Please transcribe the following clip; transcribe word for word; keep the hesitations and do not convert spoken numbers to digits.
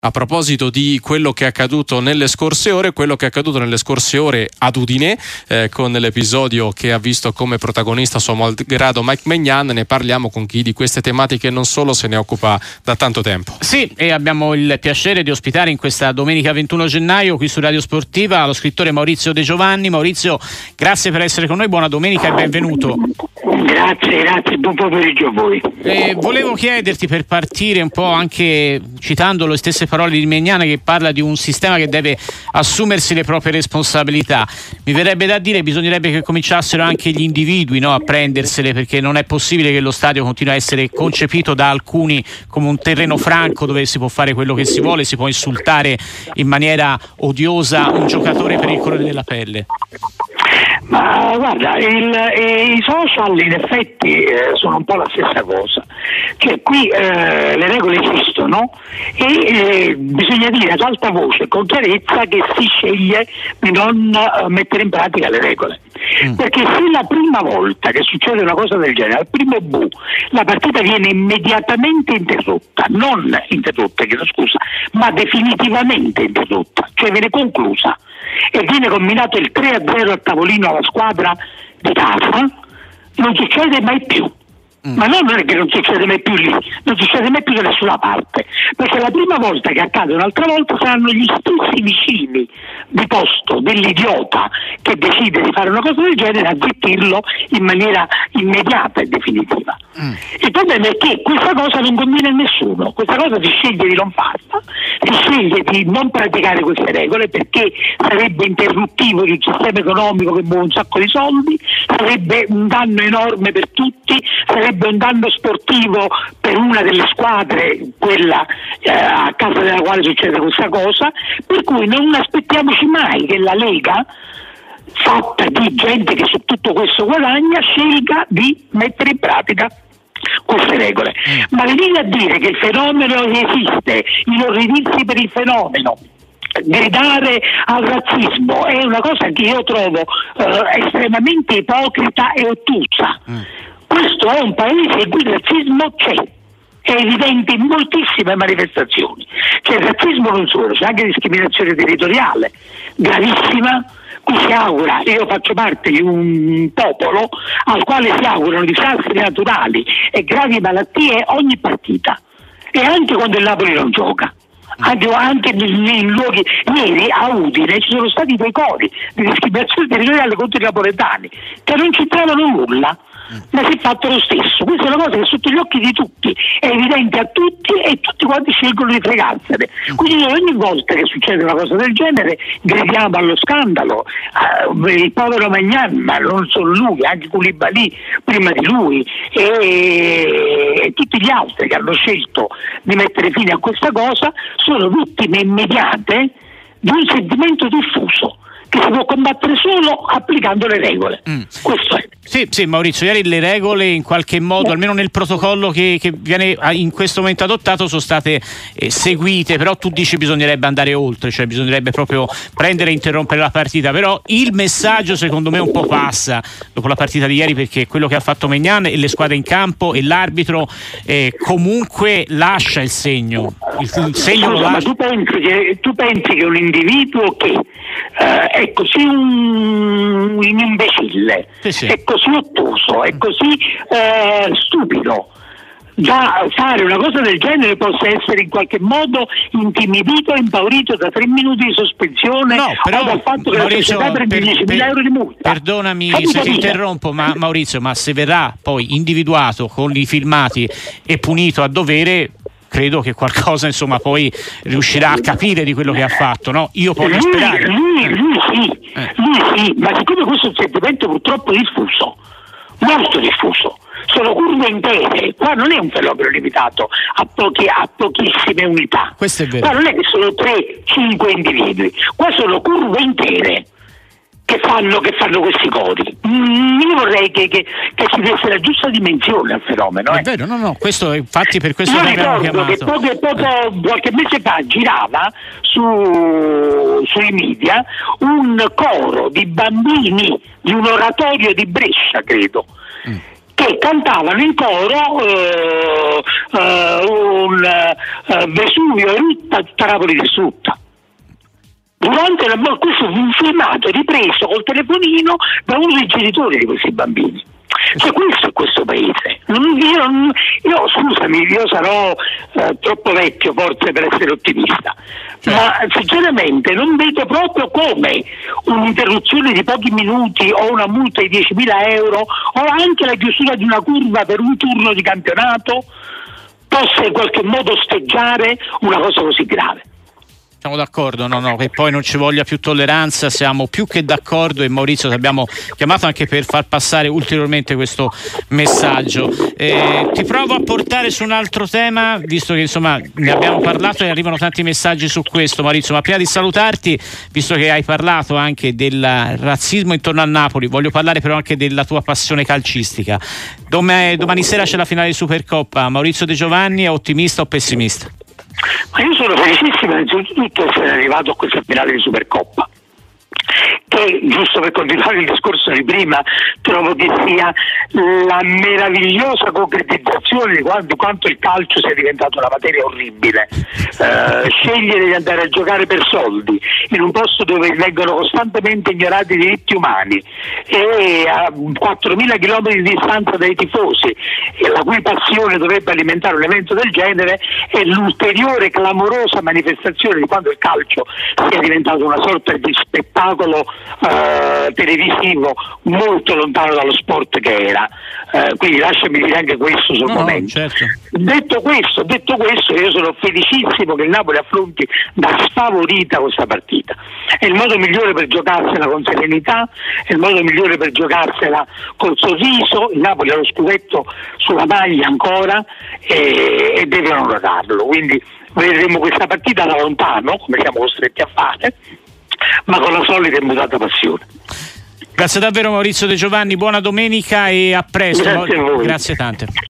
A proposito di quello che è accaduto nelle scorse ore, quello che è accaduto nelle scorse ore ad Udine, eh, con l'episodio che ha visto come protagonista suo malgrado Mike Maignan, ne parliamo con chi di queste tematiche non solo se ne occupa da tanto tempo. Sì, e abbiamo il piacere di ospitare in questa domenica ventuno gennaio qui su Radio Sportiva lo scrittore Maurizio De Giovanni. Maurizio, grazie per essere con noi, buona domenica e benvenuto. Grazie, grazie, buon pomeriggio a voi. Eh, volevo chiederti, per partire un po' anche citando le stesse parole di Maignan, che parla di un sistema che deve assumersi le proprie responsabilità, mi verrebbe da dire bisognerebbe che cominciassero anche gli individui, no, a prendersele, perché non è possibile che lo stadio continui a essere concepito da alcuni come un terreno franco dove si può fare quello che si vuole, si può insultare in maniera odiosa un giocatore per il colore della pelle. Ma guarda, il, eh, i social in effetti eh, sono un po' la stessa cosa, cioè qui eh, le regole esistono e eh, bisogna dire ad alta voce, con chiarezza, che si sceglie di non uh, mettere in pratica le regole. Mm. Perché se la prima volta che succede una cosa del genere, al primo bu, la partita viene immediatamente interrotta, non interrotta, chiedo scusa, ma definitivamente interrotta, cioè viene conclusa, e viene combinato il tre a zero al tavolino alla squadra di casa, non succede mai più. Mm. Ma non è che non succede mai più lì, non succede mai più da nessuna parte, perché la prima volta che accade un'altra volta saranno gli stessi vicini di posto dell'idiota che decide di fare una cosa del genere a zittirlo in maniera immediata e definitiva. Mm. Il problema è che questa cosa non conviene a nessuno, questa cosa si sceglie di non farla, si sceglie di non praticare queste regole perché sarebbe interruttivo di un sistema economico che muove un sacco di soldi, sarebbe un danno enorme per tutti, sarebbe un danno sportivo per una delle squadre, quella eh, a casa della quale succede questa cosa, per cui non aspettiamoci mai che la Lega, fatta di gente che su tutto questo guadagna, scelga di mettere in pratica queste regole. Mm. Ma venire a dire che il fenomeno esiste, inorridirsi per il fenomeno, gridare al razzismo è una cosa che io trovo eh, estremamente ipocrita e ottusa. Mm. Questo è un paese in cui il razzismo c'è, è evidente in moltissime manifestazioni. C'è il razzismo non solo, c'è anche discriminazione territoriale gravissima, cui si augura, io faccio parte di un popolo al quale si augurano disastri naturali e gravi malattie ogni partita, e anche quando il Napoli non gioca. Anche, anche in luoghi, ieri a Udine ci sono stati dei cori di discriminazione territoriale contro i napoletani che non c'entravano nulla, ma si è fatto lo stesso. Questa è una cosa che è sotto gli occhi di tutti, è evidente a tutti e tutti quanti scelgono di fregarsene. Quindi ogni volta che succede una cosa del genere gridiamo allo scandalo. Uh, il povero Maignan, ma non solo lui, anche Koulibaly prima di lui e, e tutti gli altri che hanno scelto di mettere fine a questa cosa sono vittime immediate di un sentimento diffuso che si può combattere solo applicando le regole. Mm. Questo è. Sì, sì, Maurizio, ieri le regole in qualche modo, almeno nel protocollo che, che viene in questo momento adottato, sono state eh, seguite, però tu dici bisognerebbe andare oltre, cioè bisognerebbe proprio prendere e interrompere la partita, però il messaggio secondo me un po' passa dopo la partita di ieri, perché quello che ha fatto Maignan e le squadre in campo e l'arbitro eh, comunque lascia il segno, il, il segno lo lascia. Ma tu pensi che, tu pensi che un individuo che eh, è così un, un imbecille, sì, sì, è così ottuso, è così eh, stupido, già fare una cosa del genere possa essere in qualche modo intimidito, impaurito da tre minuti di sospensione, no, però, o dal fatto che Maurizio, la società prende diecimila euro di multa. Perdonami se ti interrompo, ma Maurizio, ma se verrà poi individuato con i filmati e punito a dovere, credo che qualcosa insomma poi riuscirà a capire di quello che ha fatto, no? Io voglio lui, sperare. Lui, lui sì, eh. lui sì, ma siccome questo è un sentimento purtroppo diffuso, molto diffuso, sono curve intere, qua non è un fenomeno limitato a, pochi, a pochissime unità, questo è vero. Qua non è che sono tre cinque individui, qua sono curve intere che fanno, che fanno questi codi. Mm, io vorrei che, che, che si desse la giusta dimensione al fenomeno. È eh. vero, no, no, questo infatti per questo io l'abbiamo ricordo chiamato. che proprio, proprio qualche mese fa girava su, sui media un coro di bambini di un oratorio di Brescia, credo, mm. che e cantavano in coro eh, eh, un eh, Vesuvio erutta, tutta Napoli distrutta. Durante la, questo fu un filmato ripreso col telefonino da uno dei genitori di questi bambini. Cioè questo è questo paese. Non, io, non, io scusami, io sarò eh, troppo vecchio forse per essere ottimista, ma sinceramente non vedo proprio come un'interruzione di pochi minuti o una multa di diecimila euro o anche la chiusura di una curva per un turno di campionato possa in qualche modo osteggiare una cosa così grave. Siamo d'accordo, no, no, che poi non ci voglia più tolleranza, siamo più che d'accordo, e Maurizio ti abbiamo chiamato anche per far passare ulteriormente questo messaggio. Eh, ti provo a portare su un altro tema, visto che insomma ne abbiamo parlato e arrivano tanti messaggi su questo, Maurizio, ma prima di salutarti, visto che hai parlato anche del razzismo intorno a Napoli, voglio parlare però anche della tua passione calcistica. Domani, domani sera c'è la finale di Supercoppa, Maurizio De Giovanni è ottimista o pessimista? Ma io sono felicissimo innanzitutto di essere arrivato a questa finale di Supercoppa, che, giusto per continuare il discorso di prima, trovo che sia la meravigliosa concretizzazione di quanto, quanto il calcio sia diventato una materia orribile. Eh, scegliere di andare a giocare per soldi in un posto dove vengono costantemente ignorati i diritti umani e a quattromila chilometri di distanza dai tifosi, e la cui passione dovrebbe alimentare un evento del genere, è l'ulteriore clamorosa manifestazione di quanto il calcio sia diventato una sorta di spettacolo eh, televisivo molto lontano dallo sport che era. Eh, quindi lasciami dire anche questo sul no, momento. Certo. Detto questo, detto questo, io sono felicissimo che il Napoli affronti da sfavorita questa partita. È il modo migliore per giocarsela con serenità, è il modo migliore per giocarsela col sorriso. Il Napoli ha lo scudetto sulla maglia ancora e, e deve onorarlo. Quindi vedremo questa partita da lontano, come siamo costretti a fare, ma con la solita e mutata passione. Grazie davvero Maurizio De Giovanni, buona domenica e a presto. Grazie a voi. Grazie tante.